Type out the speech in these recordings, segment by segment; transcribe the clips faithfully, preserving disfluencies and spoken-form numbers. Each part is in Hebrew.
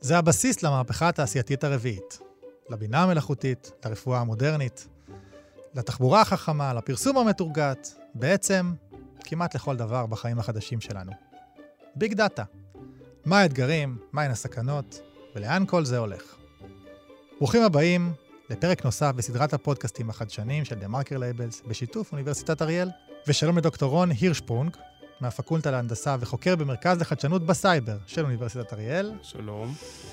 זה הבסיס למהפכה התעשייתית הרביעית, לבינה המלאכותית, לרפואה המודרנית, לתחבורה החכמה, לפרסום המתורגת, בעצם כמעט לכל דבר בחיים החדשים שלנו. ביג דאטה. מה האתגרים, מהן הסכנות, ולאן כל זה הולך. ברוכים הבאים לפרק נוסף בסדרת הפודקאסטים החדשנים של The Marker Labels בשיתוף אוניברסיטת אריאל. ושלום לדוקטור רון הירשפרונג, מהפקולטה להנדסה וחוקר במרכז לחדשנות בסייבר של אוניברסיטת אריאל. שלום.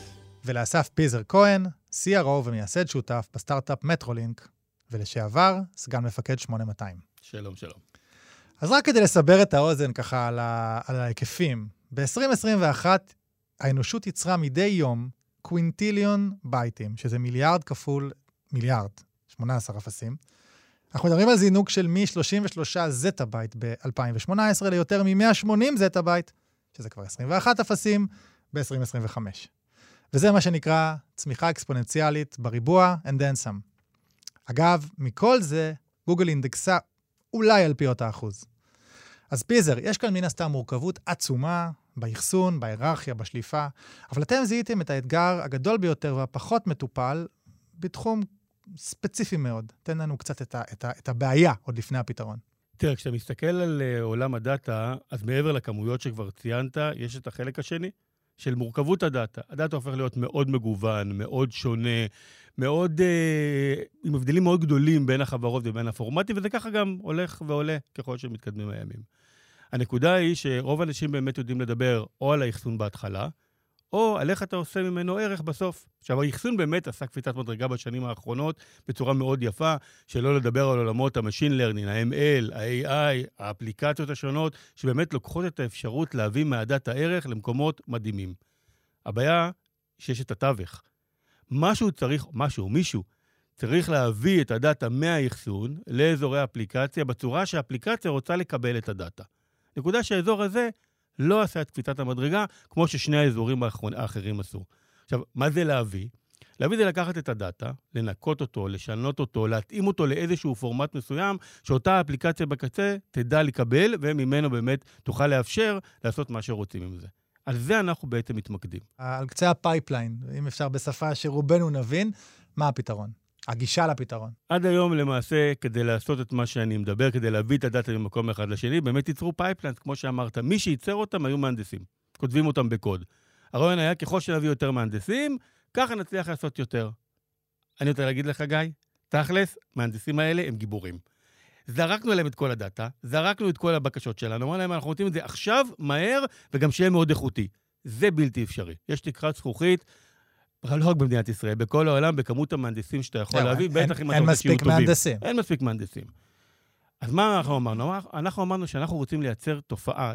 ולאסף פיזר כהן, סי אר או ומייסד שותף בסטארט-אפ מטרולינק, ולשעבר סגן מפקד שמונה מאתיים. שלום, שלום. אז רק כדי לסבר את האוזן ככה על, ה- על ההיקפים, ב-עשרים עשרים ואחת האנושות יצרה מדי יום קווינטיליון בייטים, שזה מיליארד כפול מיליארד, שמונה עשר אפסים. אנחנו מדברים על זינוק של מ-שלושים ושלושה זטה בייט ב-אלפיים שמונה עשרה ליותר מ-מאה ושמונים זטה בייט, שזה כבר עשרים ואחת אפסים ב-עשרים עשרים וחמש. וזה מה שנקרא צמיחה אקספוננציאלית בריבוע and then some. אגב, מכל זה, גוגל אינדקסה אולי על פי אותה אחוז. אז פיזר, יש כאן מן הסתם מורכבות עצומה באחסון, בהיררכיה, בשליפה, אבל אתם זיהיתם את האתגר הגדול ביותר והפחות מטופל בתחום ספציפי מאוד. תן לנו קצת את, ה, את, ה, את הבעיה עוד לפני הפתרון. תראה, כשאתה מסתכל על uh, עולם הדאטה, אז מעבר לכמויות שכבר ציינת, יש את החלק השני של מורכבות הדאטה. הדאטה הופך להיות מאוד מגוון, מאוד שונה, מאוד, uh, עם הבדלים מאוד גדולים בין החברות ובין הפורמטים, וזה ככה גם הולך ועולה ככל שמתקדמים הימים. הנקודה היא שרוב האנשים באמת יודעים לדבר או על האחסון בהתחלה, או על איך אתה עושה ממנו ערך בסוף. עכשיו, האחסון באמת עשה קפיצת מדרגה בשנים האחרונות בצורה מאוד יפה, שלא לדבר על עולמות המשין לרנינג, ה-אם אל, ה-איי איי, האפליקציות השונות, שבאמת לוקחות את האפשרות להביא מהדאטה ערך למקומות מדהימים. הבעיה שיש את התווך. משהו צריך, משהו, מישהו, צריך להביא את הדאטה מהאחסון לאזורי האפליקציה, בצורה שהאפליקציה רוצה לקבל את הדאטה. נקודה שהאזור הזה לא עשה את קפיצת המדרגה, כמו ששני האזורים האחרים עשו. עכשיו, מה זה להביא? להביא זה לקחת את הדאטה, לנקות אותו, לשנות אותו, להתאים אותו לאיזשהו פורמט מסוים, שאותה האפליקציה בקצה תדע לקבל, וממנו באמת תוכל לאפשר לעשות מה שרוצים עם זה. על זה אנחנו בעצם מתמקדים. על קצה הפייפליין, אם אפשר בשפה שרובנו נבין, מה הפתרון? הגישה לפתרון. עד היום למעשה, כדי לעשות את מה שאני מדבר, כדי להביא את הדאטה ממקום אחד לשני, באמת ייצרו פייפליין, כמו שאמרת. מי שייצר אותם היו מהנדסים. כותבים אותם בקוד. הרעיון היה ככל שנביא יותר מהנדסים, ככה נצליח לעשות יותר. אני רוצה להגיד לך, גיא, תכלס, מהנדסים האלה הם גיבורים. זרקנו עליהם את כל הדאטה, זרקנו את כל הבקשות שלנו, אמרנו להם, אנחנו רוצים את זה עכשיו, מהר, וגם שיהיה מאוד איכותי. זה בלתי אפשרי. יש תקרת זכוכית, לא רק במדינת ישראל, בכל העולם, בכמות המהנדסים שאתה יכול להביא, בטח אם אתה רוצה שיהיו טובים. אין מספיק מהנדסים. אין מספיק מהנדסים. אז מה אנחנו אמרנו? אנחנו אמרנו שאנחנו רוצים לייצר תופעה,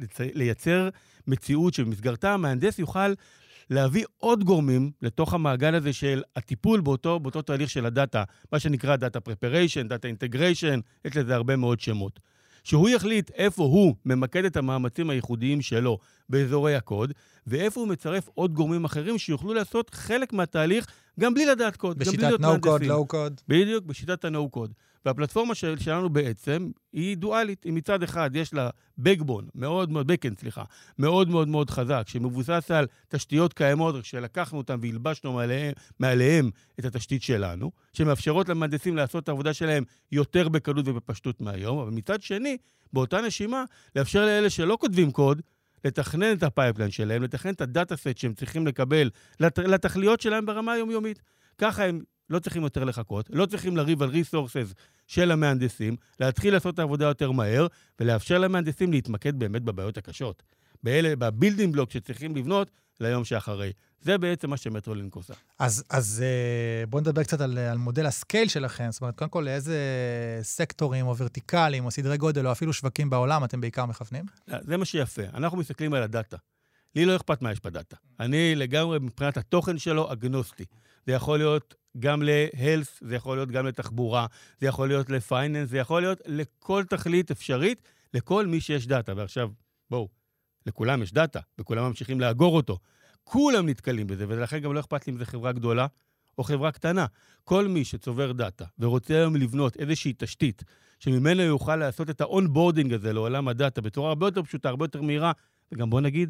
לייצר מציאות שבמסגרתה המהנדס יוכל להביא עוד גורמים לתוך המעגל הזה של הטיפול באותו, באותו תהליך של הדאטה, מה שנקרא דאטה פרפריישן, דאטה אינטגריישן, יש לזה הרבה מאוד שמות. שהוא יחליט איפה הוא ממקד את המאמצים הייחודיים שלו באזורי הקוד, ואיפה הוא מצרף עוד גורמים אחרים שיוכלו לעשות חלק מהתהליך גם בלי לדעת קוד. בשיטת no-code, low-code. בדיוק, בשיטת ה-no-code. והפלטפורמה של, שלנו בעצם היא דואלית. היא מצד אחד יש לה backbone, מאוד מאוד, backend, סליחה, מאוד מאוד מאוד חזק, שמבוסס על תשתיות קיימות, שלקחנו אותם והלבשנו מעליהם, מעליהם את התשתית שלנו, שמאפשרות למהנדסים לעשות את העבודה שלהם יותר בקלות ובפשטות מהיום, אבל מצד שני, באותה נשימה, לאפשר לאלה שלא כותבים קוד, לתכנן את הפייפליין שלהם, לתכנן את הדאטה סט שהם צריכים לקבל לת... לתכליות שלהם ברמה היומיומית. ככה הם לא צריכים יותר לחכות, לא צריכים לריב על ריסורסס של המהנדסים, להתחיל לעשות את העבודה יותר מהר, ולאפשר למהנדסים להתמקד באמת בבעיות הקשות. באלה, בבילדינג בלוק שצריכים לבנות ליום שאחרי. זה בעצם מה שמטרולינק עושה. אז, אז בואו נדבר קצת על, על מודל הסקייל שלכם. זאת אומרת, קודם כל, לאיזה סקטורים או ורטיקלים או סדרי גודל או אפילו שווקים בעולם אתם בעיקר מכוונים? זה מה שיפה. אנחנו מסתכלים על הדאטה. לי לא אכפת מה יש בדאטה. אני לגמרי מבחינת התוכן שלו אגנוסטי. זה יכול להיות גם להלס, זה יכול להיות גם לתחבורה, זה יכול להיות לפייננס, זה יכול להיות לכל תכלית אפשרית, לכל מי שיש דאטה. ועכשיו, בואו, לכולם יש דאטה, וכולם ממשיכים לאגור אותו. כולם נתקלים בזה, ולכן גם לא אכפת לי אם זה חברה גדולה או חברה קטנה. כל מי שצובר דאטה ורוצה היום לבנות איזושהי תשתית, שממנו יוכל לעשות את האונבורדינג הזה לעולם הדאטה, בצורה הרבה יותר פשוטה, הרבה יותר מהירה, וגם בוא נגיד,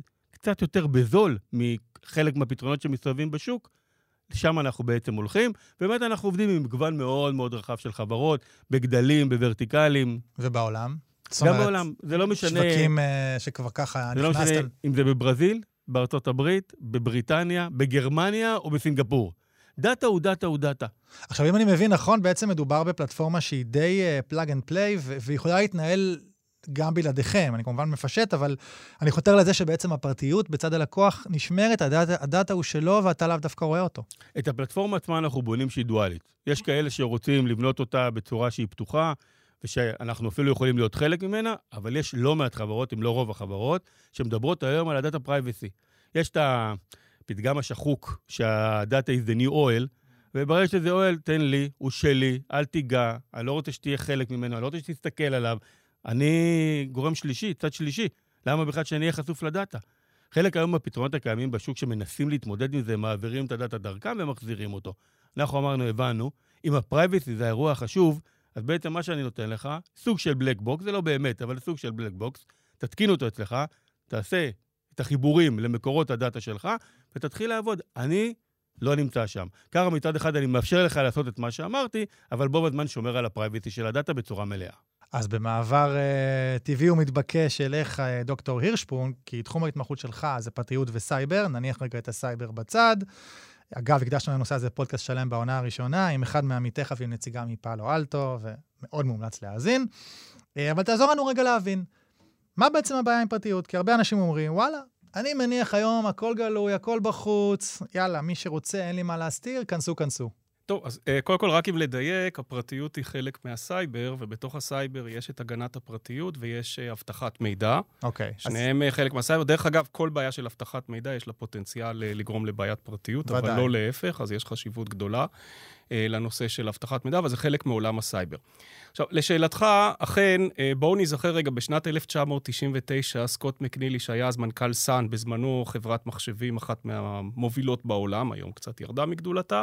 קצת יותר בזול מחלק מהפתרונות שמסתובבים בשוק, שם אנחנו בעצם הולכים, באמת אנחנו עובדים עם מגוון מאוד מאוד רחב של חברות, בגדלים, בוורטיקלים. ובעולם? גם בעולם, זה לא משנה... שווקים שכבר ככה נכנסת... זה לא משנה נכנסת... אם זה בברזיל, בארצות הברית, בבריטניה, בגרמניה או בסינגפור. דאטה הוא דאטה הוא דאטה. עכשיו, אם אני מבין נכון, בעצם מדובר בפלטפורמה שהיא די פלאג אנד פליי, והיא יכולה להתנהל גם בלעדיכם. אני כמובן מפשט, אבל אני חותר לזה שבעצם הפרטיות בצד הלקוח נשמרת, הדאטה, הדאטה הוא שלו, ואתה לאו דווקא רואה אותו. את הפלטפורמה עצמה אנחנו בונים שהיא דואלית. יש כאלה שרוצים לבנות אותה בצורה שהיא פתוחה, ושאנחנו אפילו יכולים להיות חלק ממנה, אבל יש לא מעט חברות, אם לא רוב החברות, שמדברות היום על הדאטה פרייבסי. יש את הפתגם השחוק, שהדאטה is the new oil, וברגע שזה אוהל, תן לי, הוא שלי, אל תיגע, אני לא רוצה שתהיה חלק ממנו, אני לא רוצה שתסתכל עליו. אני גורם שלישי, צד שלישי. למה בכלל שאני אהיה חשוף לדאטה? חלק היום מהפתרונות הקיימים בשוק שמנסים להתמודד עם זה, מעבירים את הדאטה דרכם ומחזירים אותו. אנחנו אמרנו, הבנו, אם הפרייבסי זה האירוע החשוב, אז בעצם מה שאני נותן לך, סוג של בלק בוקס, זה לא באמת, אבל סוג של בלק בוקס, תתקין אותו אצלך, תעשה את החיבורים למקורות הדאטה שלך, ותתחיל לעבוד. אני לא נמצא שם. ככה מצד אחד אני מאפשר לך לעשות את מה שאמרתי, אבל בו בזמן שומר על הפרייבסי של הדאטה בצורה מלאה. אז במעבר uh, טבעי ומתבקש אליך, uh, דוקטור הירשפרונג, כי תחום ההתמחות שלך זה פרטיות וסייבר, נניח רגע את הסייבר בצד. אגב, הקדשנו לנושא הזה פודקאסט שלם בעונה הראשונה, עם אחד מעמיתיך ועם נציגה מפאלו אלטו, ומאוד מומלץ להאזין. Uh, אבל תעזור לנו רגע להבין, מה בעצם הבעיה עם פרטיות? כי הרבה אנשים אומרים, וואלה, אני מניח היום הכל גלוי, הכל בחוץ, יאללה, מי שרוצה, אין לי מה להסתיר, כנסו, כנסו. טוב, אז קודם כל, רק אם לדייק, הפרטיות היא חלק מהסייבר, ובתוך הסייבר יש את הגנת הפרטיות ויש אבטחת מידע. אוקיי. שניהם אז... חלק מהסייבר. דרך אגב, כל בעיה של אבטחת מידע יש לה פוטנציאל לגרום לבעיית פרטיות, ודאי. אבל לא להפך, אז יש חשיבות גדולה אה, לנושא של אבטחת מידע, וזה חלק מעולם הסייבר. עכשיו, לשאלתך, אכן, אה, בואו נזכר רגע, בשנת אלף תשע מאות תשעים ותשע, סקוט מקנילי, שהיה אז מנכ"ל סאן, בזמנו חברת מחשבים, אחת מהמובילות בעולם, היום קצת ירדה מגדולתה,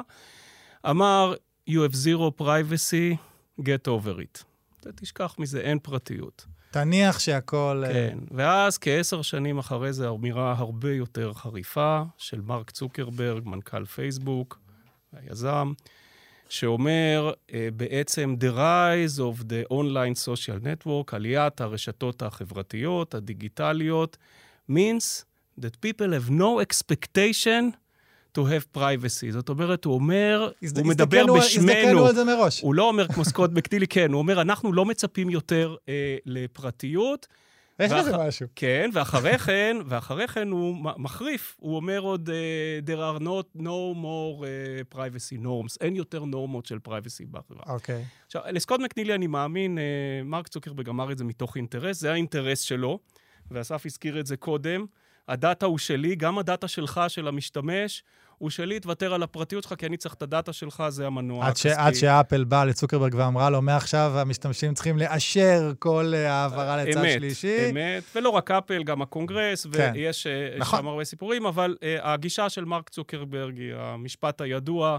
אמר, you have zero privacy, get over it. אתה תשכח מזה, אין פרטיות. תניח שהכל... כן, ואז כעשר שנים אחרי זה, אמירה הרבה יותר חריפה של מרק צוקרברג, מנכ"ל פייסבוק, היזם, שאומר, בעצם, the rise of the online social network, עליית הרשתות החברתיות, הדיגיטליות, means that people have no expectation to have privacy. זאת אומרת, הוא אומר, הוא מדבר בשמנו. הזדקנו על זה מראש. הוא לא אומר כמו סקוט מקנילי, כן, הוא אומר, אנחנו לא מצפים יותר אה, לפרטיות. יש לזה משהו. כן, ואחרי כן, ואחרי כן הוא מחריף. הוא אומר עוד, uh, there are not no more uh, privacy norms. אין יותר נורמות של privacy בחברה. אוקיי. עכשיו, לסקוט מקנילי אני מאמין, uh, מרק צוקרברג אמר את זה מתוך אינטרס, זה האינטרס שלו, ואסף הזכיר את זה קודם. הדאטה הוא שלי, גם הדאטה שלך, של המשתמש, הוא שלי, תוותר על הפרטיות שלך, כי אני צריך את הדאטה שלך, זה המנוע הכספי. עד שאפל באה לצוקרברג ואמרה לו, מעכשיו המשתמשים צריכים לאשר כל העברה לצד שלישי. אמת, אמת, ולא רק אפל, גם הקונגרס, ויש שם הרבה סיפורים, אבל הגישה של מרק צוקרברג היא המשפט הידוע,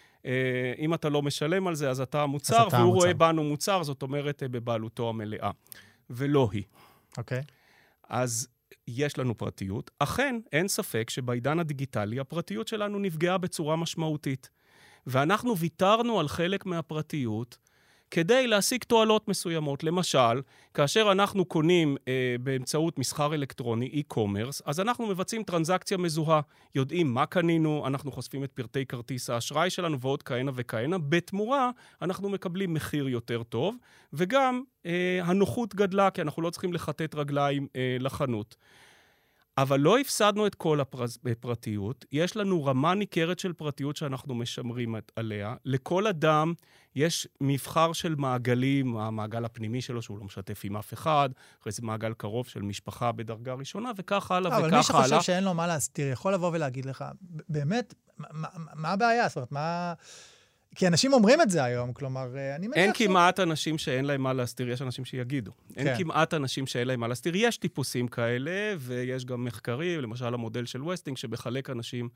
אם אתה לא משלם על זה, אז אתה מוצר, והוא רואה בנו מוצר, זאת אומרת, בבעלותו המלאה. ולא היא. אוקיי. אז יש לנו פרטיות. אכן, אין ספק שבעידן הדיגיטלי הפרטיות שלנו נפגעה בצורה משמעותית. ואנחנו ויתרנו על חלק מהפרטיות כדי להשיג תועלות מסוימות. למשל, כאשר אנחנו קונים אה, באמצעות מסחר אלקטרוני, e-commerce, אז אנחנו מבצעים טרנזקציה מזוהה. יודעים מה קנינו, אנחנו חושפים את פרטי כרטיס האשראי שלנו ועוד כהנה וכהנה. בתמורה אנחנו מקבלים מחיר יותר טוב, וגם אה, הנוחות גדלה, כי אנחנו לא צריכים לחטט רגליים אה, לחנות. אבל לא הפסדנו את כל הפרטיות. יש לנו רמה ניכרת של פרטיות שאנחנו משמרים עליה. לכל אדם יש מבחר של מעגלים, המעגל הפנימי שלו, שהוא לא משתף עם אף אחד, אחרי זה מעגל קרוב של משפחה בדרגה ראשונה, וכך הלאה וכך הלאה. אבל מי שחושב שאין לו מה להסתיר, יכול לבוא ולהגיד לך, באמת, מה, מה הבעיה? זאת אומרת, מה... כי אנשים אומרים את זה היום, כלומר, אני מניח... אין כמעט אנשים שאין להם מה להסתיר, יש אנשים שיגידו. אין כמעט אנשים שאין להם מה להסתיר. יש טיפוסים כאלה, ויש גם מחקרים, למשל המודל של ווסטינג, שבחלק אנשים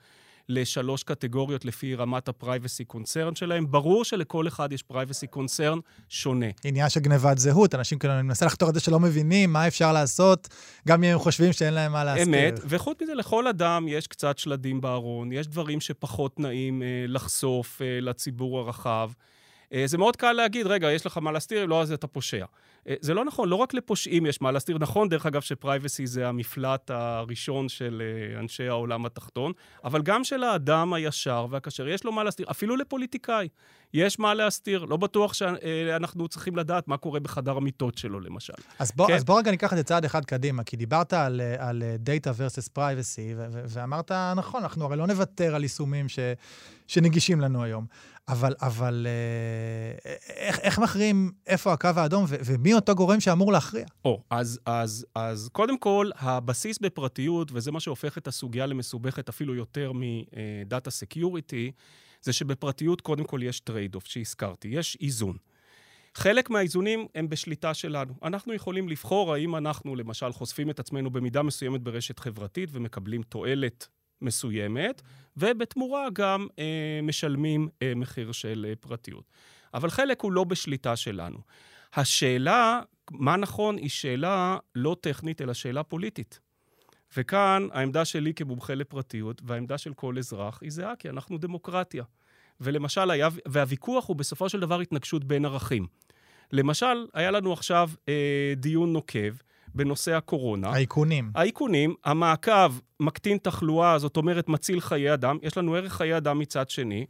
לשלוש קטגוריות לפי רמת ה-privacy concern שלהם. ברור שלכל אחד יש privacy concern שונה. עניין של גנבת זהות, אנשים כאילו, אני מנסה לחתור את זה שלא מבינים מה אפשר לעשות, גם אם הם חושבים שאין להם מה להסתיר. אמת, וחוץ מזה, לכל אדם יש קצת שלדים בארון, יש דברים שפחות נעים אה, לחשוף אה, לציבור הרחב. אה, זה מאוד קל להגיד, רגע, יש לך מה להסתיר, לא, אז אתה פושע. אה, זה לא נכון, לא רק לפושעים יש מה להסתיר. נכון, דרך אגב, שפרייבסי זה המפלט הראשון של אה, אנשי העולם התחתון, אבל גם של האדם הישר והכשר, יש לו מה להסתיר. אפילו לפוליטיקאי יש מה להסתיר. לא בטוח שאנחנו צריכים לדעת מה קורה בחדר המיטות שלו, למשל. אז בוא, כן? אז בוא רגע ניקח את זה צעד אחד קדימה, כי דיברת על, על data versus privacy, ו- ו- ואמרת, נכון, אנחנו הרי לא נוותר על יישומים ש- שנגישים לנו היום. אבל, אבל אה, איך, איך מכריעים איפה הקו האדום, ו- ומי אותו גורם שאמור להכריע? או, אז, אז, אז קודם כל, הבסיס בפרטיות, וזה מה שהופך את הסוגיה למסובכת אפילו יותר מדאטה סקיוריטי, זה שבפרטיות קודם כל יש טרייד-אוף שהזכרתי, יש איזון. חלק מהאיזונים הם בשליטה שלנו. אנחנו יכולים לבחור האם אנחנו למשל חושפים את עצמנו במידה מסוימת ברשת חברתית ומקבלים תועלת מסוימת, ובתמורה גם אה, משלמים אה, מחיר של אה, פרטיות. אבל חלק הוא לא בשליטה שלנו. השאלה, מה נכון, היא שאלה לא טכנית, אלא שאלה פוליטית. וכאן העמדה שלי כמומחה לפרטיות, והעמדה של כל אזרח, היא זהה, כי אנחנו דמוקרטיה. ולמשל, היה, והוויכוח הוא בסופו של דבר התנגשות בין ערכים. למשל, היה לנו עכשיו אה, דיון נוקב בנושא הקורונה. האיכונים. האיכונים, המעקב מקטין תחלואה, זאת אומרת מציל חיי אדם, יש לנו ערך חיי אדם מצד שני,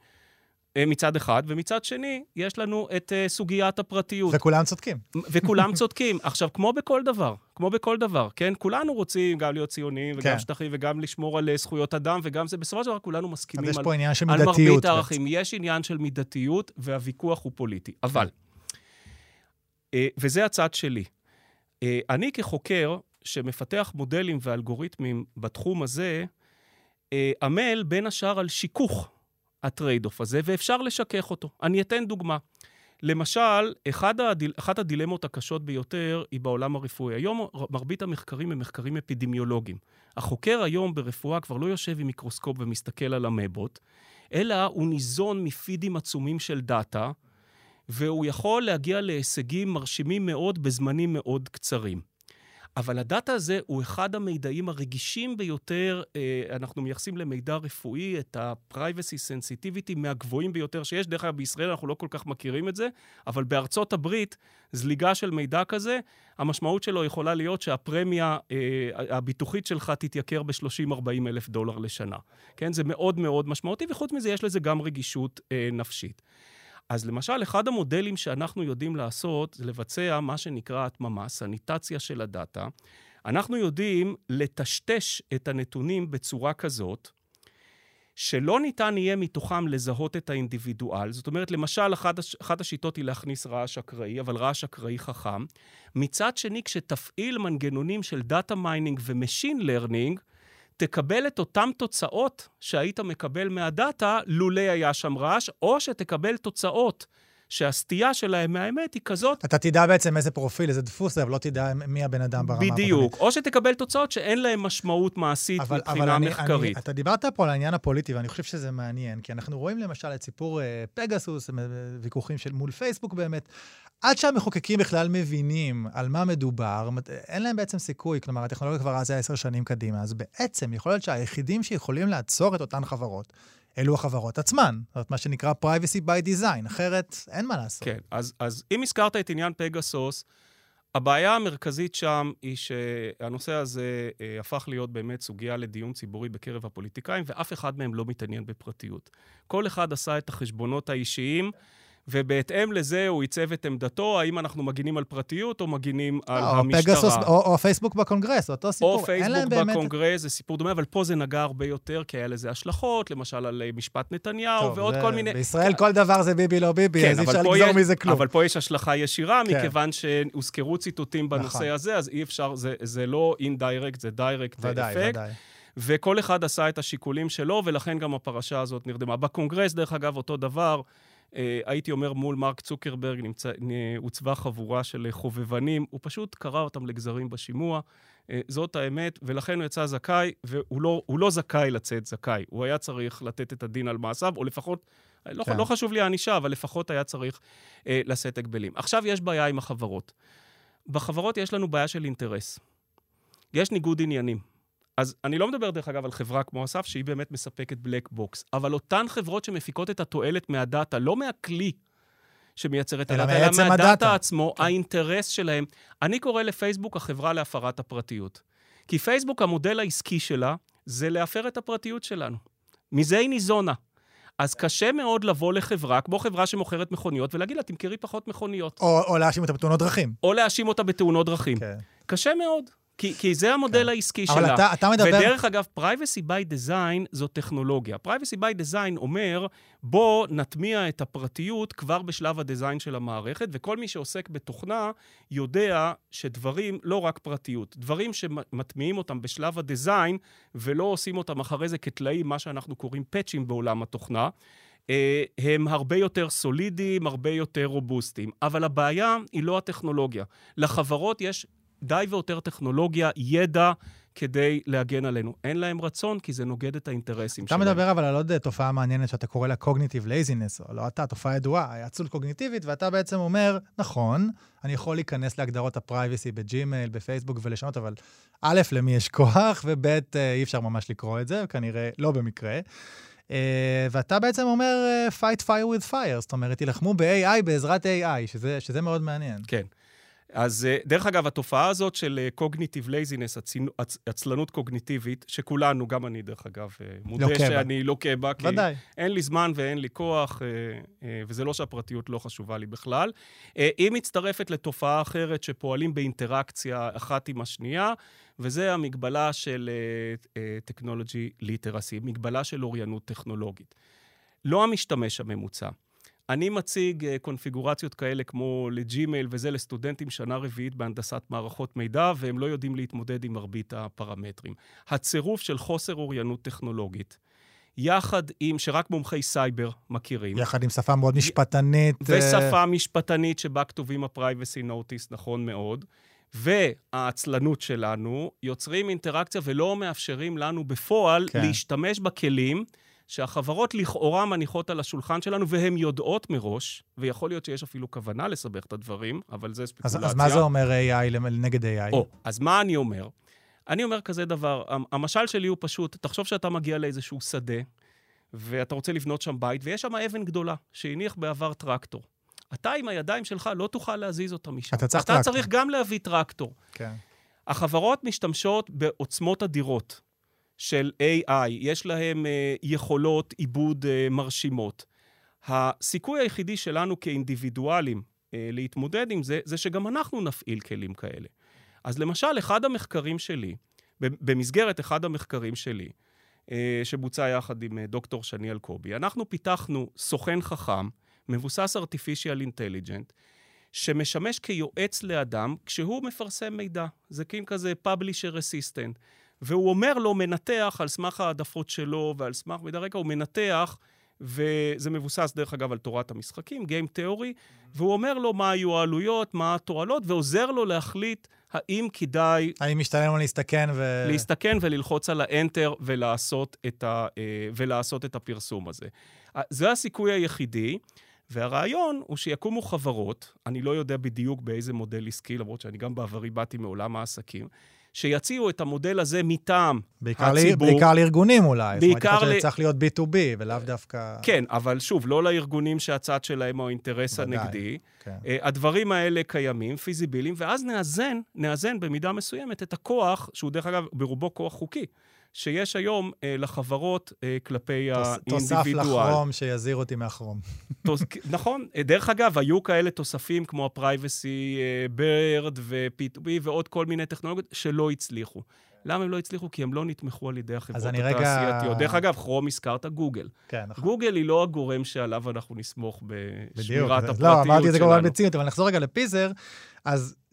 מצד אחד, ומצד שני, יש לנו את uh, סוגיית הפרטיות. וכולם צודקים. וכולם צודקים. עכשיו, כמו בכל דבר, כמו בכל דבר, כן? כולנו רוצים גם להיות ציונים, וגם כן. שטחים, וגם לשמור על זכויות אדם, וגם זה, בסופו של דבר, כולנו מסכימים אז על, יש פה עניין של על מידתיות. מרבית הערכים. יש עניין של מידתיות, והוויכוח הוא פוליטי. אבל, uh, וזה הצד שלי. Uh, אני כחוקר, שמפתח מודלים ואלגוריתמים בתחום הזה, uh, עמל בין השאר על שיכוך הטרייד-אוף הזה, ואפשר לשכך אותו. אני אתן דוגמה. למשל, אחד הדיל... אחת הדילמות הקשות ביותר היא בעולם הרפואי. היום מרבית המחקרים הם מחקרים אפידמיולוגיים. החוקר היום ברפואה כבר לא יושב עם מיקרוסקופ ומסתכל על המבות, אלא הוא ניזון מפידים עצומים של דאטה, והוא יכול להגיע להישגים מרשימים מאוד בזמנים מאוד קצרים. אבל הדאטה הזה הוא אחד המידעים הרגישים ביותר, אנחנו מייחסים למידע רפואי את ה-privacy sensitivity מהגבוהים ביותר שיש. דרך אגב, בישראל אנחנו לא כל כך מכירים את זה, אבל בארצות הברית, זליגה של מידע כזה, המשמעות שלו יכולה להיות שהפרמיה הביטוחית שלך תתייקר ב-שלושים ארבעים אלף דולר לשנה. כן? זה מאוד מאוד משמעותי, וחוץ מזה יש לזה גם רגישות נפשית. אז למשל, אחד המודלים שאנחנו יודעים לעשות, זה לבצע מה שנקרא התממה, סניטציה של הדאטה. אנחנו יודעים לטשטש את הנתונים בצורה כזאת, שלא ניתן יהיה מתוכם לזהות את האינדיבידואל. זאת אומרת, למשל, אחת, אחת השיטות היא להכניס רעש אקראי, אבל רעש אקראי חכם. מצד שני, כשתפעיל מנגנונים של דאטה מיינינג ומשין לרנינג, תקבל את אותם תוצאות שהיית מקבל מהדאטה, לולא היה שם רעש, או שתקבל תוצאות שהסטייה שלהם מהאמת היא כזאת. אתה תדע בעצם איזה פרופיל, איזה דפוס, אבל לא תדע מי הבן אדם ברמה הפרטנית. בדיוק. או שתקבל תוצאות שאין להם משמעות מעשית אבל, מבחינה אבל אני, מחקרית. אני, אתה דיברת פה על העניין הפוליטי, ואני חושב שזה מעניין, כי אנחנו רואים למשל את סיפור אה, פגסוס, ויכוחים של מול פייסבוק באמת, עד שהמחוקקים בכלל מבינים על מה מדובר, אין להם בעצם סיכוי, כלומר, הטכנולוגיה כבר אז היה עשר שנים קדימה, אז בעצם יכול להיות שהיחידים שיכולים לעצור את אותן חברות, אלו החברות עצמן, זאת אומרת, מה שנקרא privacy by design, אחרת אין מה לעשות. כן, אז, אז אם הזכרת את עניין פגסוס, הבעיה המרכזית שם היא שהנושא הזה אה, הפך להיות באמת סוגיה לדיון ציבורי בקרב הפוליטיקאים, ואף אחד מהם לא מתעניין בפרטיות. כל אחד עשה את החשבונות האישיים, ובהתאם לזה הוא ייצב את עמדתו, האם אנחנו מגינים על פרטיות או מגינים על המשטרה. פגסוס, או, או פייסבוק בקונגרס, אותו סיפור. או פייסבוק בקונגרס, זה סיפור דומה, אבל פה זה נגע הרבה יותר, כי היה לזה השלכות, למשל על משפט נתניהו, טוב, ועוד זה, כל מיני... בישראל כל דבר זה ביבי לא ביבי, כן, אז אי אפשר לגזור מזה כלום. אבל פה יש השלכה ישירה, כן. מכיוון שהוזכרו ציטוטים בנושא נכון. הזה, אז אי אפשר, זה, זה לא indirect, זה direct ודאי, effect. ודאי. וכל אחד עשה את השיקולים שלו, ולכן גם הפרשה הזאת נרדמה. בקונגרס, דרך אגב, אותו דבר, הייתי אומר, מול מרק צוקרברג נמצא, הוצבה חבורה של חובבנים, הוא פשוט קרא אותם לגזרים בשימוע, זאת האמת, ולכן הוא יצא זכאי, והוא לא, הוא לא זכאי לצאת זכאי. הוא היה צריך לתת את הדין על מעשיו, או לפחות, לא, כן. לא חשוב לי הענישה, אבל לפחות היה צריך אה, לשאת הגבלים. עכשיו יש בעיה עם החברות. בחברות יש לנו בעיה של אינטרס. יש ניגוד עניינים. אז אני לא מדבר דרך אגב על חברה כמו אסף, שהיא באמת מספקת בלק בוקס, אבל אותן חברות שמפיקות את התועלת מהדאטה, לא מהכלי שמייצר את הדאטה, אלא מהדאטה עצמו, כן. האינטרס שלהם. אני קורא לפייסבוק החברה להפרת הפרטיות. כי פייסבוק, המודל העסקי שלה, זה להפר את הפרטיות שלנו. מזה היא ניזונה. אז קשה מאוד לבוא לחברה, כמו חברה שמוכרת מכוניות, ולהגיד לה, תמכרי פחות מכוניות. או, או להאשים אותה בתאונות דרכים. או להאשים אותה בתאונות דרכים. כן. קשה מאוד. כי, כי זה המודל כן. העסקי אבל שלה. אתה, אתה מדבר... ודרך אגב, privacy by design זו טכנולוגיה. privacy by design אומר, בוא נטמיע את הפרטיות כבר בשלב הדיזיין של המערכת, וכל מי שעוסק בתוכנה יודע שדברים, לא רק פרטיות, דברים שמטמיעים אותם בשלב הדיזיין, ולא עושים אותם אחרי זה כתלאים, מה שאנחנו קוראים פאצ'ים בעולם התוכנה, הם הרבה יותר סולידיים, הרבה יותר רובוסטיים. אבל הבעיה היא לא הטכנולוגיה. לחברות יש די ויותר טכנולוגיה, ידע, כדי להגן עלינו. אין להם רצון, כי זה נוגד את האינטרסים שלהם. אתה מדבר אבל על עוד תופעה מעניינת שאתה קורא לה cognitive laziness, או לא אתה, תופעה ידועה, העצלות קוגניטיבית, ואתה בעצם אומר, נכון, אני יכול להיכנס להגדרות הפרייבסי בג'ימייל, בפייסבוק ולשנות, אבל א', למי יש כוח, וב', אי אפשר ממש לקרוא את זה, כנראה לא במקרה. ואתה בעצם אומר, fight fire with fire, זאת אומרת, תלחמו ב-איי איי בעזרת איי איי, שזה, שזה מאוד מעניין. כן. אז דרך אגב, התופעה הזאת של cognitive laziness, עצלנות קוגניטיבית, שכולנו, גם אני דרך אגב, מודה שאני לוקה בה, כי אין לי זמן ואין לי כוח, וזה לא שהפרטיות לא חשובה לי בכלל. היא מצטרפת לתופעה אחרת שפועלים באינטראקציה אחת עם השנייה, וזה המגבלה של technology literacy, מגבלה של אוריינות טכנולוגית. לא המשתמש הממוצע. אני מציג uh, קונפיגורציות כאלה כמו לג'ימייל, וזה לסטודנטים שנה רביעית בהנדסת מערכות מידע, והם לא יודעים להתמודד עם מרבית הפרמטרים. הצירוף של חוסר אוריינות טכנולוגית, יחד עם שרק מומחי סייבר מכירים. יחד עם שפה מאוד משפטנית. ושפה משפטנית שבה כתובים ה-privacy notice, נכון מאוד. והעצלנות שלנו יוצרים אינטראקציה ולא מאפשרים לנו בפועל כן. להשתמש בכלים, שהחברות לכאורה מניחות על השולחן שלנו, והן יודעות מראש, ויכול להיות שיש אפילו כוונה לסבך את הדברים, אבל זה ספקולציה. אז, אז מה זה אומר איי איי נגד איי איי? או, אז מה אני אומר? אני אומר כזה דבר, המשל שלי הוא פשוט, תחשוב שאתה מגיע לאיזשהו שדה, ואתה רוצה לבנות שם בית, ויש שם אבן גדולה, שהניח בעבר טרקטור. אתה עם הידיים שלך לא תוכל להזיז אותה משם. אתה צריך אתה טרקטור. צריך גם להביא טרקטור. כן. החברות משתמשות בעוצמות אדירות. של איי איי, יש להם uh, יכולות עיבוד uh, מרשימות. הסיכוי היחידי שלנו כאינדיבידואלים uh, להתמודד עם זה, זה שגם אנחנו נפעיל כלים כאלה. אז למשל, אחד המחקרים שלי, במסגרת אחד המחקרים שלי, uh, שבוצע יחד עם uh, דוקטור שני אלקובי, אנחנו פיתחנו סוכן חכם, מבוסס artificial intelligent, שמשמש כיועץ לאדם כשהוא מפרסם מידע. זה כאילו כזה publisher assistant. והוא אומר לו, מנתח על סמך העדפות שלו, ועל סמך מידע רקע, הוא מנתח, וזה מבוסס דרך אגב על תורת המשחקים, Game Theory, והוא אומר לו מה היו העלויות, מה התועלות, ועוזר לו להחליט האם כדאי... האם משתלם לו להסתכן ו... להסתכן וללחוץ על האנטר ולעשות את, ה... ולעשות את הפרסום הזה. זה הסיכוי היחידי, והרעיון הוא שיקומו חברות, אני לא יודע בדיוק באיזה מודל עסקי, למרות שאני גם בעברי באתי מעולם העסקים, שיציעו את המודל הזה מטעם בעיקר הציבור. לי, בעיקר לארגונים אולי. בעיקר זאת אומרת, ל... צריך להיות בי טו בי, ולאו דווקא... כן, אבל שוב, לא לארגונים שהצד שלהם הוא האינטרס ודאי, הנגדי. כן. הדברים האלה קיימים, פיזיביליים, ואז נאזן, נאזן במידה מסוימת את הכוח, שהוא דרך אגב ברובו כוח חוקי, שיש היום אה, לחברות אה, כלפי האינדיבידואל. תוסף לחרום שיזיר אותי מהחרום. תוס... נכון. דרך אגב, היו כאלה תוספים כמו הפרייבסי בירד ו-פי טו בי ועוד כל מיני טכנולוגיות שלא הצליחו. למה הם לא הצליחו? כי הם לא נתמכו על ידי החברות התעשייתיות. רגע... דרך אגב, כרום הזכרת גוגל. כן, נכון. גוגל היא לא הגורם שעליו אנחנו נסמוך בשמירת הפרטיות לא, אמרתי את זה שלנו. כמובן בציניות, אבל נחזור רגע לפיזר, אז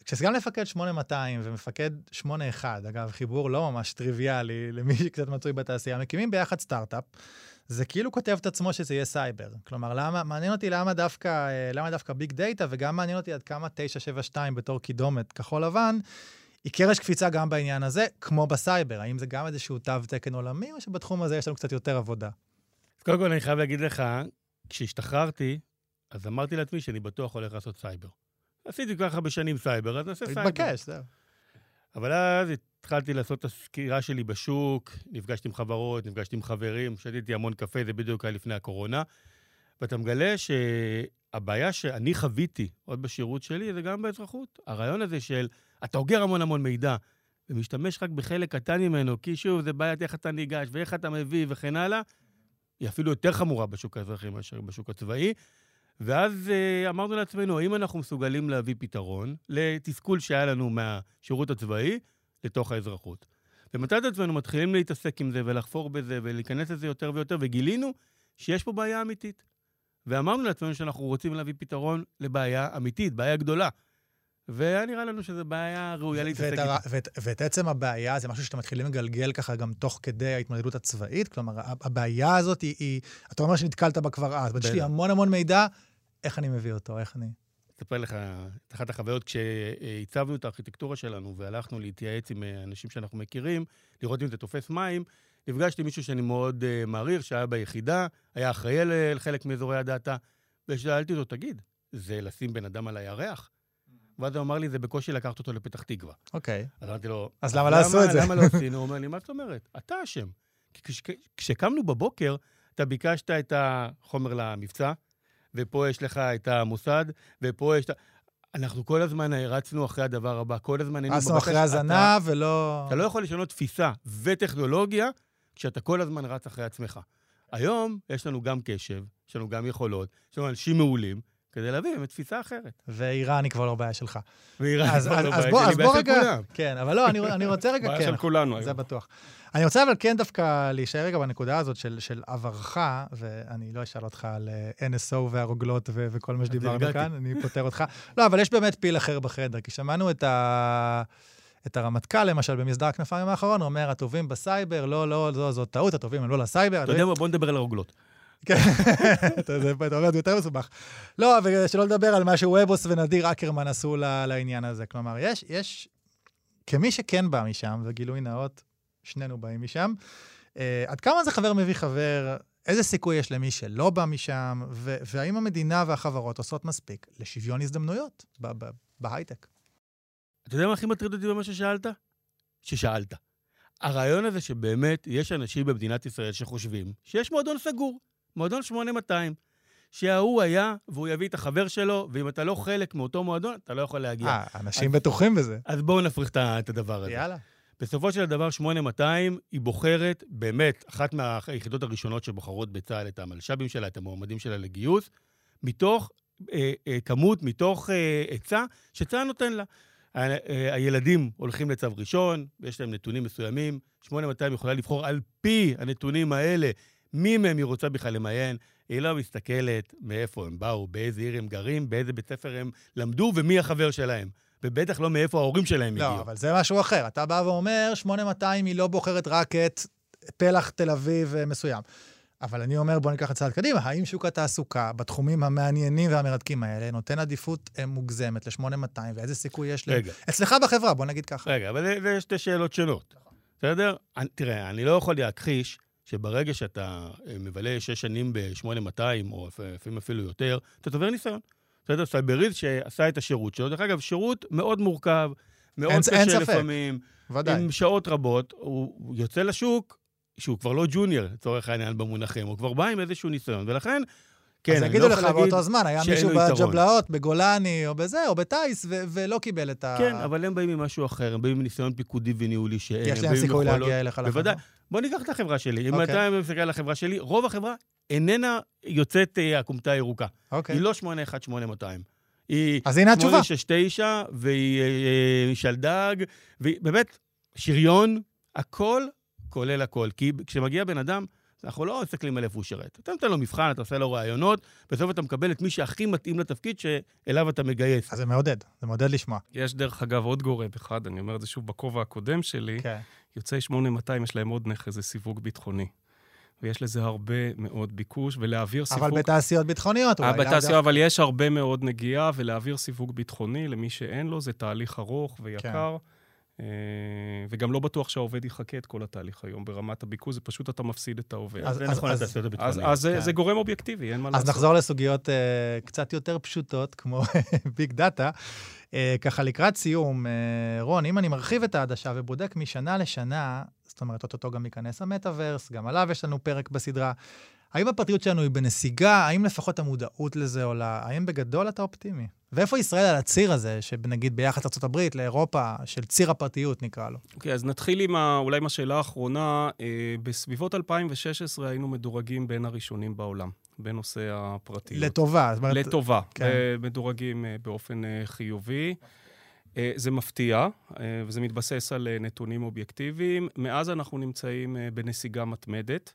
כשסגן מפקד שמונה מאתיים ומפקד שמונה אחד, אגב, חיבור לא ממש טריוויאלי למי שקצת מצוי בתעשייה, מקימים ביחד סטארט-אפ, זה כאילו כותב את עצמו שזה יהיה סייבר. כלומר, למה, מעניין אותי למה דווקא, למה דווקא ביג דאטה, וגם מעניין אותי עד כמה תשע שבע שתיים בתור קידומת כחול לבן, היא קרש קפיצה גם בעניין הזה, כמו בסייבר. האם זה גם איזשהו תו תקן עולמי, או שבתחום הזה יש לנו קצת יותר עבודה? קודם כל, אני חייב להגיד לך, כשהשתחררתי, אז אמרתי לעצמי שאני בטוח הולך לעשות סייבר. עשיתי ככה בשנים סייבר, אז נעשה סייבר. התבקש, זהו. אבל אז התחלתי לעשות את הסקירה שלי בשוק, נפגשתי עם חברות, נפגשתי עם חברים, שתיתי המון קפה, זה בדיוק היה לפני הקורונה, ואתה מגלה שהבעיה שאני חוויתי עוד בשירות שלי, זה גם באזרחות. הרעיון הזה של, אתה אוגר המון המון מידע, ומשתמש רק בחלק קטן ממנו, כי שוב, זה בעיית איך אתה ניגש, ואיך אתה מביא וכן הלאה, היא אפילו יותר חמורה בשוק האזרחי מאשר בשוק הצבאי, ואז אמרנו לעצמנו, האם אנחנו מסוגלים להביא פתרון לתסכול שהיה לנו מהשירות הצבאי לתוך האזרחות. ומתי את עצמנו מתחילים להתעסק עם זה ולחפור בזה ולהיכנס לזה יותר ויותר, וגילינו שיש פה בעיה אמיתית. ואמרנו לעצמנו שאנחנו רוצים להביא פתרון לבעיה אמיתית, בעיה גדולה. והיה נראה לנו שזו בעיה ראויה להתעסק. ואת עצם הבעיה, זה משהו שאתם מתחילים לגלגל ככה גם תוך כדי ההתמודדות הצבאית, כלומר, הבעיה הזאת היא, אתה אומר שנתקלת בה כבר אז, יש לי המון המון מידע, איך אני מביא אותו, איך אני... אספר לך, את אחת החוויות, כשהצבנו את הארכיטקטורה שלנו, והלכנו להתייעץ עם אנשים שאנחנו מכירים, לראות אם זה תופס מים, נפגשתי מישהו שאני מאוד מעריך, שהיה ביחידה, היה אחראי לחלק מאזורי הדאטה, ושאלתי אותו, תגיד, זה לשים בן אדם על הירח? ואז הוא אמר לי, זה בקושי לקחת אותו לפתח תקווה. אוקיי. אז אמרתי לו, אז למה לא עשו את זה? למה לא עשינו? הוא אומר לי, מה זאת אומרת? אתה אשם. כשקמנו בבוקר, אתה ביקשת את החומר למבצע, ופה יש לך את המוסד, ופה יש... אנחנו כל הזמן הרצנו אחרי הדבר הבא, כל הזמן היינו... רצנו אחרי הזנה ולא... אתה לא יכול לשנות תפיסה וטכנולוגיה, כשאתה כל הזמן רץ אחרי עצמך. היום יש לנו גם קשב, יש לנו גם יכולות, יש לנו אנשים מעולים, כדי להביא באמת תפיסה אחרת. ואיראן היא כבר לא בעיה שלך. ואיראן היא כבר לא בעיה שלי, אז בוא רגע... כולם. כן, אבל לא, אני רוצה רגע... בעיה של כולנו. זה בטוח. אני רוצה אבל כן דווקא להישאר רגע בנקודה הזאת של עברך, ואני לא אשאל אותך על אן אס או והרוגלות וכל מה שדיברנו כאן, אני פותר אותך. לא, אבל יש באמת פיל אחר בחדר, כי שמענו את ה... את הרמטכ"ל, למשל, במסדר הכנפיים האחרון, הוא אומר, הטובים בסייבר, לא, לא, זאת טעות, הטובים הם לא לסייבר. אתה יודע מה, בוא נדבר על הרוגלות. כן, אתה אומר, זה יותר מסובך. לא, ושלא לדבר על מה שוובוס ונדיר אקרמן עשו לעניין הזה. כלומר, יש, יש, כמי שכן בא משם, וגילוי נאות, שנינו באים משם, עד כמה זה חבר מביא חבר, איזה סיכוי יש למי שלא בא משם, והאם המדינה והחברות עושות מספיק לשוויון הזדמנויות בהייטק? אתה יודע מה הכי מטריד אותי במה ששאלת? ששאלת. הרעיון הזה שבאמת יש אנשים במדינת ישראל שחושבים שיש מועדון סגור, מועדון שמונה מאתיים, שההוא היה והוא יביא את החבר שלו, ואם אתה לא חלק מאותו מועדון, אתה לא יכול להגיע. אה, אנשים בטוחים בזה. אז בואו נפריך את הדבר הזה. יאללה. בסופו של דבר, שמונה מאתיים היא בוחרת, באמת, אחת מהיחידות הראשונות שבוחרות בצה"ל את המלש"בים שלה, את המועמדים שלה לגיוס, מתוך אה, אה, כמות, מתוך אה, עצה שצה"ל נותן לה. הילדים הולכים לצו ראשון, יש להם נתונים מסוימים, שמונה מאתיים יכולה לבחור על פי הנתונים האלה, מי מהם היא רוצה בכלל למיין, היא לא מסתכלת מאיפה הם באו, באיזה עיר הם גרים, באיזה בית ספר הם למדו, ומי החבר שלהם. ובטח לא מאיפה ההורים שלהם הגיעו. לא, אבל זה משהו אחר. אתה בא ואומר, שמונה מאתיים היא לא בוחרת רק את פלח תל אביב מסוים. אבל אני אומר, בוא ניקח את צעד קדימה, האם שוק התעסוקה בתחומים המעניינים והמרתקים האלה נותן עדיפות מוגזמת ל-שמונה מאתיים, ואיזה סיכוי יש להם? אצלך בחברה, בוא נגיד ככה. רגע, אבל זה שתי שאלות שונות. בסדר? תראה, אני לא יכול להכחיש שברגע שאתה מבלה שש שנים ב-שמונה מאתיים, או לפעמים אפילו יותר, אתה תובר ניסיון. בסדר? סייבריסט שעשה את השירות שלו, דרך אגב, שירות מאוד מורכב, מאוד קשה לפעמים, עם שעות רבות, הוא יוצא לשוק, שהוא כבר לא ג'וניור, לצורך העניין במונחים, הוא כבר בא עם איזשהו ניסיון, ולכן, כן, אז יגידו לך באותו זמן, היה מישהו בג'בלאות, בגולני, או בזה, או בטייס, ולא קיבל את ה... כן, אבל הם באים עם משהו אחר, הם באים עם ניסיון פיקודי וניהולי, יש להם סיכוי להגיע אליך לחברה. בוודאי. בוא ניקח את החברה שלי. אם אתה מסתכל על החברה שלי, רוב החברה איננה יוצאת הקומתה הירוקה. היא לא שמונה אחת שמונה מאתיים. אז הנה התשובה. היא שמונה שש תשע, והיא שלדג, והיא באמת שריון, הכל כולל הכל. כי כשמגיע בן אדם, אנחנו לא מסתכלים על איפה הוא שרת. אתה נותן לו מבחן, אתה עושה לו רעיונות, בסוף אתה מקבל את מי שהכי מתאים לתפקיד שאליו אתה מגייס. אז זה מעודד, זה מעודד לשמוע. יש דרך אגב עוד גורם אחד, אני אומר את זה שוב בכובע הקודם שלי, כן. יוצאי שמונה מאתיים יש להם עוד נכס, זה סיווג ביטחוני. ויש לזה הרבה מאוד ביקוש, ולהעביר סיווג... אבל בתעשיות ביטחוניות אולי. בתעשיות, אבל יש הרבה מאוד נגיעה, ולהעביר סיווג ביטחוני למי שאין לו, זה תהליך ארוך ויקר. וגם לא בטוח שהעובד יחכה את כל התהליך היום. ברמת הביקוש, זה פשוט אתה מפסיד את העובד. אז זה גורם אובייקטיבי, אין מה לעשות. אז נחזור לסוגיות קצת יותר פשוטות, כמו ביג דאטה. ככה לקראת סיום, רון, אם אני מרחיב את העדשה ובודק משנה לשנה, זאת אומרת, אותו גם ייכנס המטאברס, גם עליו יש לנו פרק בסדרה, האם הפרטיות שלנו היא בנסיגה? האם לפחות המודעות לזה עולה? האם בגדול אתה אופטימי? ואיפה ישראל על הציר הזה, שנגיד ביחס ארצות הברית, לאירופה, של ציר הפרטיות נקרא לו? אוקיי, אז נתחיל עם אולי מהשאלה האחרונה. בסביבות אלפיים ושש עשרה היינו מדורגים בין הראשונים בעולם, בנושא הפרטיות. לטובה. לטובה. מדורגים באופן חיובי. זה מפתיע, וזה מתבסס על נתונים אובייקטיביים. מאז אנחנו נמצאים בנסיגה מתמדת.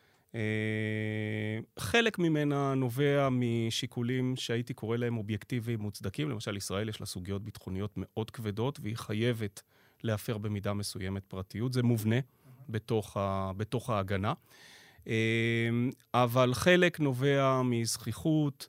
חלק ממנה נובע משיקולים שהייתי קורא להם אובייקטיביים מוצדקים. למשל, ישראל יש לה סוגיות ביטחוניות מאוד כבדות, והיא חייבת להפר במידה מסוימת פרטיות. זה מובנה בתוך, ה, בתוך ההגנה. אבל חלק נובע מזכיחות,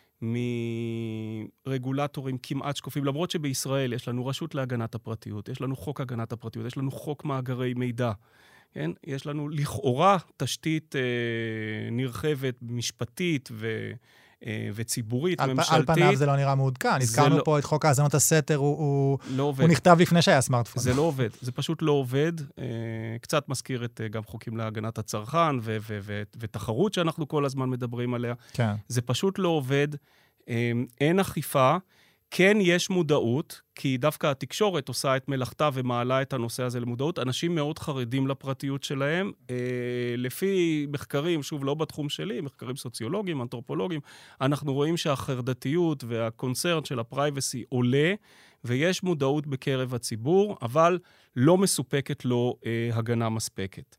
מרגולטורים כמעט שקופים, למרות שבישראל יש לנו רשות להגנת הפרטיות, יש לנו חוק הגנת הפרטיות, יש לנו חוק מאגרי מידע, כן? יש לנו לכאורה תשתית אה, נרחבת, משפטית ו, אה, וציבורית, על, ממשלתית. על פניו זה לא נראה מעודכן. הזכרנו לא, פה את חוק האזנות הסתר, הוא, הוא, לא הוא נכתב לפני שהיה סמארטפון. זה לא עובד, זה פשוט לא עובד. אה, קצת מזכיר את אה, גם חוקים להגנת הצרכן ו- ו- ו- ותחרות שאנחנו כל הזמן מדברים עליה. כן. זה פשוט לא עובד, אה, אין אכיפה. כן יש מודעות, כי דווקא התקשורת עושה את מלאכתה ומעלה את הנושא הזה למודעות. אנשים מאוד חרדים לפרטיות שלהם. אה, לפי מחקרים, שוב, לא בתחום שלי, מחקרים סוציולוגיים, אנתרופולוגיים, אנחנו רואים שהחרדתיות והקונצרן של הפרייבסי עולה, ויש מודעות בקרב הציבור, אבל לא מסופקת לו אה, הגנה מספקת.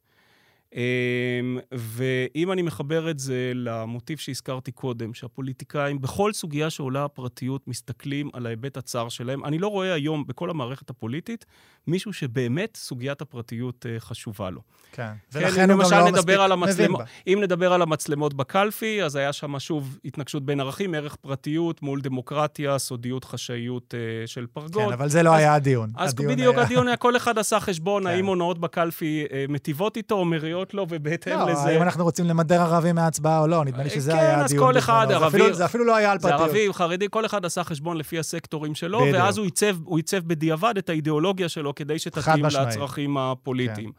ואם אני מחבר את זה למוטיב שהזכרתי קודם, שהפוליטיקאים בכל סוגיה שעולה הפרטיות מסתכלים על ההיבט הצר שלהם, אני לא רואה היום בכל המערכת הפוליטית מישהו שבאמת סוגיית הפרטיות חשובה לו. כן, ולכן הוא גם לא מספיק מבין בה. אם נדבר על המצלמות בקלפי, אז היה שם שוב התנגשות בין ערכים, ערך פרטיות מול דמוקרטיה, סודיות, חשאיות של פרגוד. כן, אבל זה לא היה הדיון. אז בדיוק הדיון היה, כל אחד עשה חשבון, האם הונאות בקלפי מטיבות איתו, מריעות לו, ובהתאם לזה... לא, האם אנחנו רוצים למדר ערבים מההצבעה או לא, נדמה לי שזה היה הדיון. כן, אז כל אחד, ערבי... זה אפילו לא היה על פרטיות. זה ערבי, חרדי, כל אחד עשה חשבון לפי הסקטורים שלו, ואז הוא ייצב בדיעבד את האידיאולוגיה שלו, כדי שתתאים לצרכים הפוליטיים.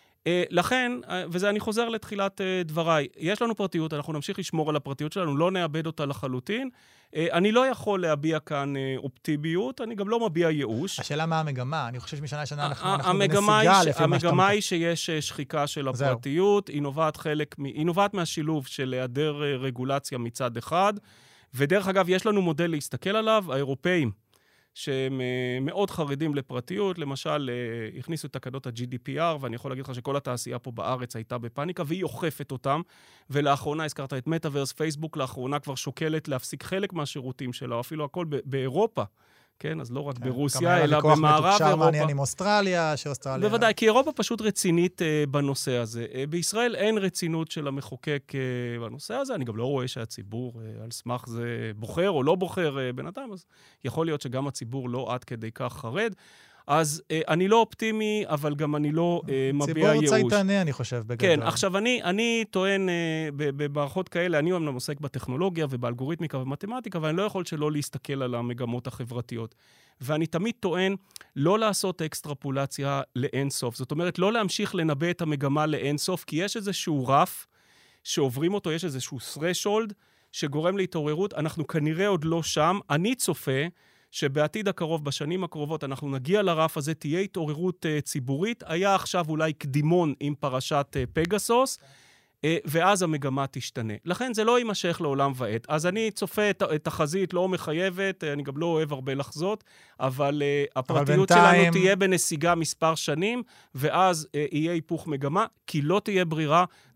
לכן, וזה אני חוזר לתחילת דבריי, יש לנו פרטיות, אנחנו נמשיך לשמור על הפרטיות שלנו, לא נאבד אותה לחלוטין. אני לא יכול להביע כאן אופטימיות, אני גם לא מביע ייאוש. השאלה מה המגמה? אני חושב שמשנה לשנה אנחנו בנסיגה לפי מה שאתה... המגמה היא שיש שחיקה של הפרטיות, היא נובעת חלק, היא נובעת מהשילוב של היעדר רגולציה מצד אחד, ודרך אגב, יש לנו מודל להסתכל עליו, האירופאים, שהם מאוד חרדים לפרטיות, למשל, הכניסו את תקנות ה-ג'י די פי אר, ואני יכול להגיד לך שכל התעשייה פה בארץ הייתה בפאניקה, והיא אוכפת אותם, ולאחרונה, הזכרת את מטאברס, פייסבוק, לאחרונה כבר שוקלת להפסיק חלק מהשירותים שלה, או אפילו הכל באירופה, כן? אז לא רק ברוסיה, אלא במערב אירופה. כמה מתוקשר מעניין עם אוסטרליה, שאוסטרליה... בוודאי, כי אירופה פשוט רצינית בנושא הזה. בישראל אין רצינות של המחוקק בנושא הזה, אני גם לא רואה שהציבור על סמך זה בוחר או לא בוחר בינתיים, אז יכול להיות שגם הציבור לא עד כדי כך חרד. אז אה, אני לא אופטימי, אבל גם אני לא אה, מביע ייאוש. ציבור צייתני, אני חושב, בגדול. כן, עכשיו אני, אני טוען, אה, במערכות כאלה, אני אומנם עוסק בטכנולוגיה ובאלגוריתמיקה ומתמטיקה, ואני לא יכול שלא להסתכל על המגמות החברתיות. ואני תמיד טוען לא לעשות אקסטרפולציה לאינסוף. זאת אומרת, לא להמשיך לנבא את המגמה לאינסוף, כי יש איזשהו רף שעוברים אותו, יש איזשהו threshold שגורם להתעוררות. אנחנו כנראה עוד לא שם. אני צופה שבעתיד הקרוב, בשנים הקרובות, אנחנו נגיע לרף הזה, תהיה התעוררות uh, ציבורית. היה עכשיו אולי קדימון עם פרשת uh, פגסוס, uh, ואז המגמה תשתנה. לכן זה לא יימשך לעולם ועד. אז אני צופה את, את החזית, לא מחייבת, אני גם לא אוהב הרבה לחזות, אבל uh, הפרטיות אבל בינתיים... שלנו תהיה בנסיגה מספר שנים, ואז uh, יהיה היפוך מגמה, כי לא תהיה ברירה,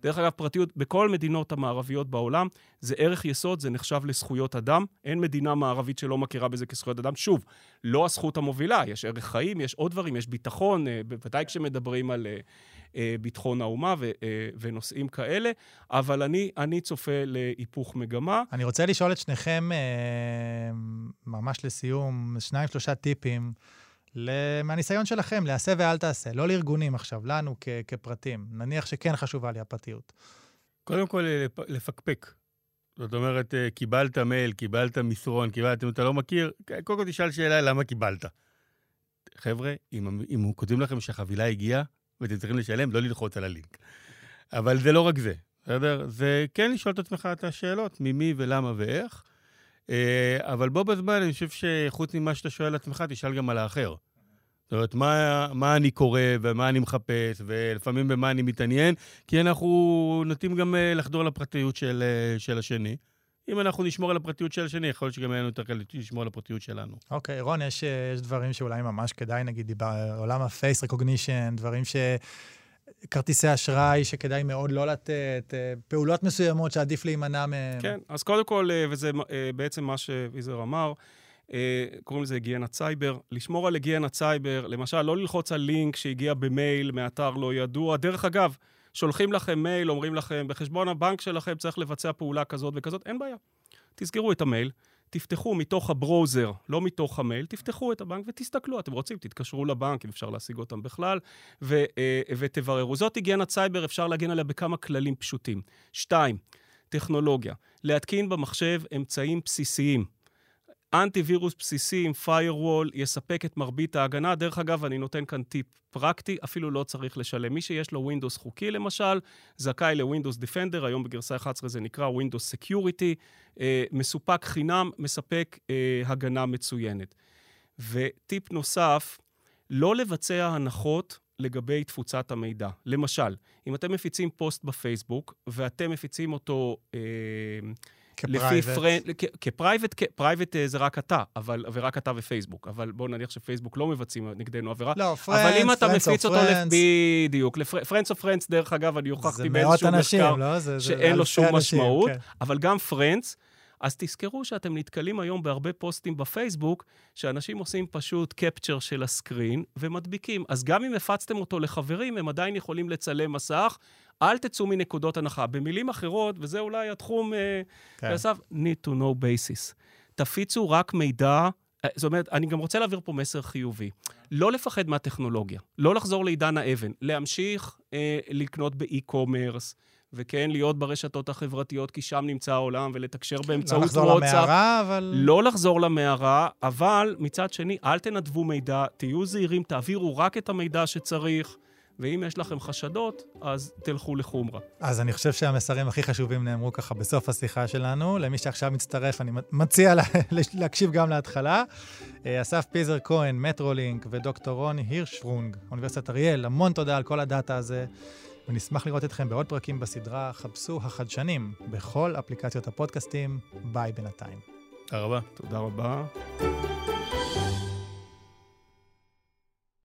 דרך אגב, פרטיות בכל מדינות המערביות בעולם, זה ערך יסוד, זה נחשב לזכויות אדם. אין מדינה מערבית שלא מכירה בזה כזכויות אדם. שוב, לא הזכות המובילה, יש ערך חיים, יש עוד דברים, יש ביטחון, בוודאי כשמדברים על ביטחון האומה ו- ונושאים כאלה, אבל אני, אני צופה להיפוך מגמה. אני רוצה לשאול את שניכם, ממש לסיום, שניים, שלושה טיפים, מהניסיון שלכם, לעשה ואל תעשה, לא לארגונים עכשיו, לנו כ- כפרטים. נניח שכן חשובה לי הפרטיות. קודם כל, לפקפק. זאת אומרת, קיבלת מייל, קיבלת מסרון, קיבלת, אם אתה לא מכיר, קודם כל תשאל שאלה, למה קיבלת? חבר'ה, אם, אם הוא כותבים לכם שהחבילה הגיעה, ואתם צריכים לשלם, לא ללחוץ על הלינק. אבל זה לא רק זה, בסדר? זה כן לשאול את עצמך את השאלות, ממי ולמה ואיך, אבל בו בזמן, אני חושב שחוץ ממה שאתה שואל לעצמך, תשאל גם על האחר. זאת אומרת, מה, מה אני קורא ומה אני מחפש, ולפעמים במה אני מתעניין, כי אנחנו נוטים גם לחדור לפרטיות של, של השני. אם אנחנו נשמור על הפרטיות של השני, יכול להיות שגם יהיה לנו יותר קל לשמור על הפרטיות שלנו. אוקיי, רון, יש, יש דברים שאולי ממש כדאי, נגיד, בעולם ה-face recognition, דברים ש... כרטיסי אשראי שכדאי מאוד לא לתת, פעולות מסוימות שעדיף להימנע מהם. כן, אז קודם כל, וזה בעצם מה שוויזר אמר, קוראים לזה היגיינת סייבר. לשמור על היגיינת סייבר, למשל, לא ללחוץ על לינק שהגיע במייל מאתר לא ידוע. דרך אגב, שולחים לכם מייל, אומרים לכם, בחשבון הבנק שלכם צריך לבצע פעולה כזאת וכזאת, אין בעיה. תסגרו את המייל, תפתחו מתוך הבראוזר, לא מתוך המייל, תפתחו את הבנק ותסתכלו, אתם רוצים, תתקשרו לבנק, אם אפשר להשיג אותם בכלל, ו- ותבררו. זאת היגיינת סייבר, אפשר להגן עליה בכמה כללים פשוטים. שתיים, טכנולוגיה. להתקין במחשב אמצעים בסיסיים. אנטי-וירוס בסיסיים, firewall, יספק את מרבית ההגנה. דרך אגב, אני נותן כאן טיפ פרקטי, אפילו לא צריך לשלם. מי שיש לו Windows חוקי, למשל, זכאי ל-Windows Defender, היום בגרסה אחת עשרה זה נקרא Windows Security, אה, מסופק חינם, מספק אה, הגנה מצוינת. וטיפ נוסף, לא לבצע הנחות לגבי תפוצת המידע. למשל, אם אתם מפיצים פוסט בפייסבוק, ואתם מפיצים אותו... אה, כפרייבט. כפרייבט, פרייבט זה רק אתה, אבל, ורק אתה ופייסבוק, אבל בואו נניח שפייסבוק לא מבצעים נגדנו עבירה. לא, פרנדס, אבל אם אתה מפיץ אותו פרנדס. בדיוק, פרנדס אוף פרנדס, דרך אגב, אני הוכחתי באיזשהו מחקר לא? שאין לו שום משמעות, כן. אבל גם פרנדס, אז תזכרו שאתם נתקלים היום בהרבה פוסטים בפייסבוק, שאנשים עושים פשוט קפצ'ר של הסקרין ומדביקים. אז גם אם הפצתם אותו לחברים, הם עדיין יכולים לצלם מסך, אל תצאו מנקודות הנחה. במילים אחרות, וזה אולי התחום, כן. כסף, need to know basis. תפיצו רק מידע, זאת אומרת, אני גם רוצה להעביר פה מסר חיובי. לא לפחד מהטכנולוגיה, לא לחזור לעידן האבן, להמשיך אה, לקנות באי-קומרס, וכן, להיות ברשתות החברתיות, כי שם נמצא העולם, ולתקשר באמצעות וואטסאפ. לא לחזור למערה, אבל... לא לחזור למערה, אבל מצד שני, אל תנדבו מידע, תהיו זהירים, תעבירו רק את המידע שצריך, ואם יש לכם חשדות, אז תלכו לחומרה. אז אני חושב שהמסרים הכי חשובים נאמרו ככה בסוף השיחה שלנו. למי שעכשיו מצטרף, אני מציע לה, להקשיב גם להתחלה. אסף פיזר כהן, מטרולינק, ודוקטור רון הירשפרונג, אוניברסיטת אריאל, המון תודה על כל הדאטה הזה. ונשמח לראות אתכם בעוד פרקים בסדרה חפשו החדשנים בכל אפליקציות הפודקאסטים. ביי בינתיים. תודה רבה. תודה רבה.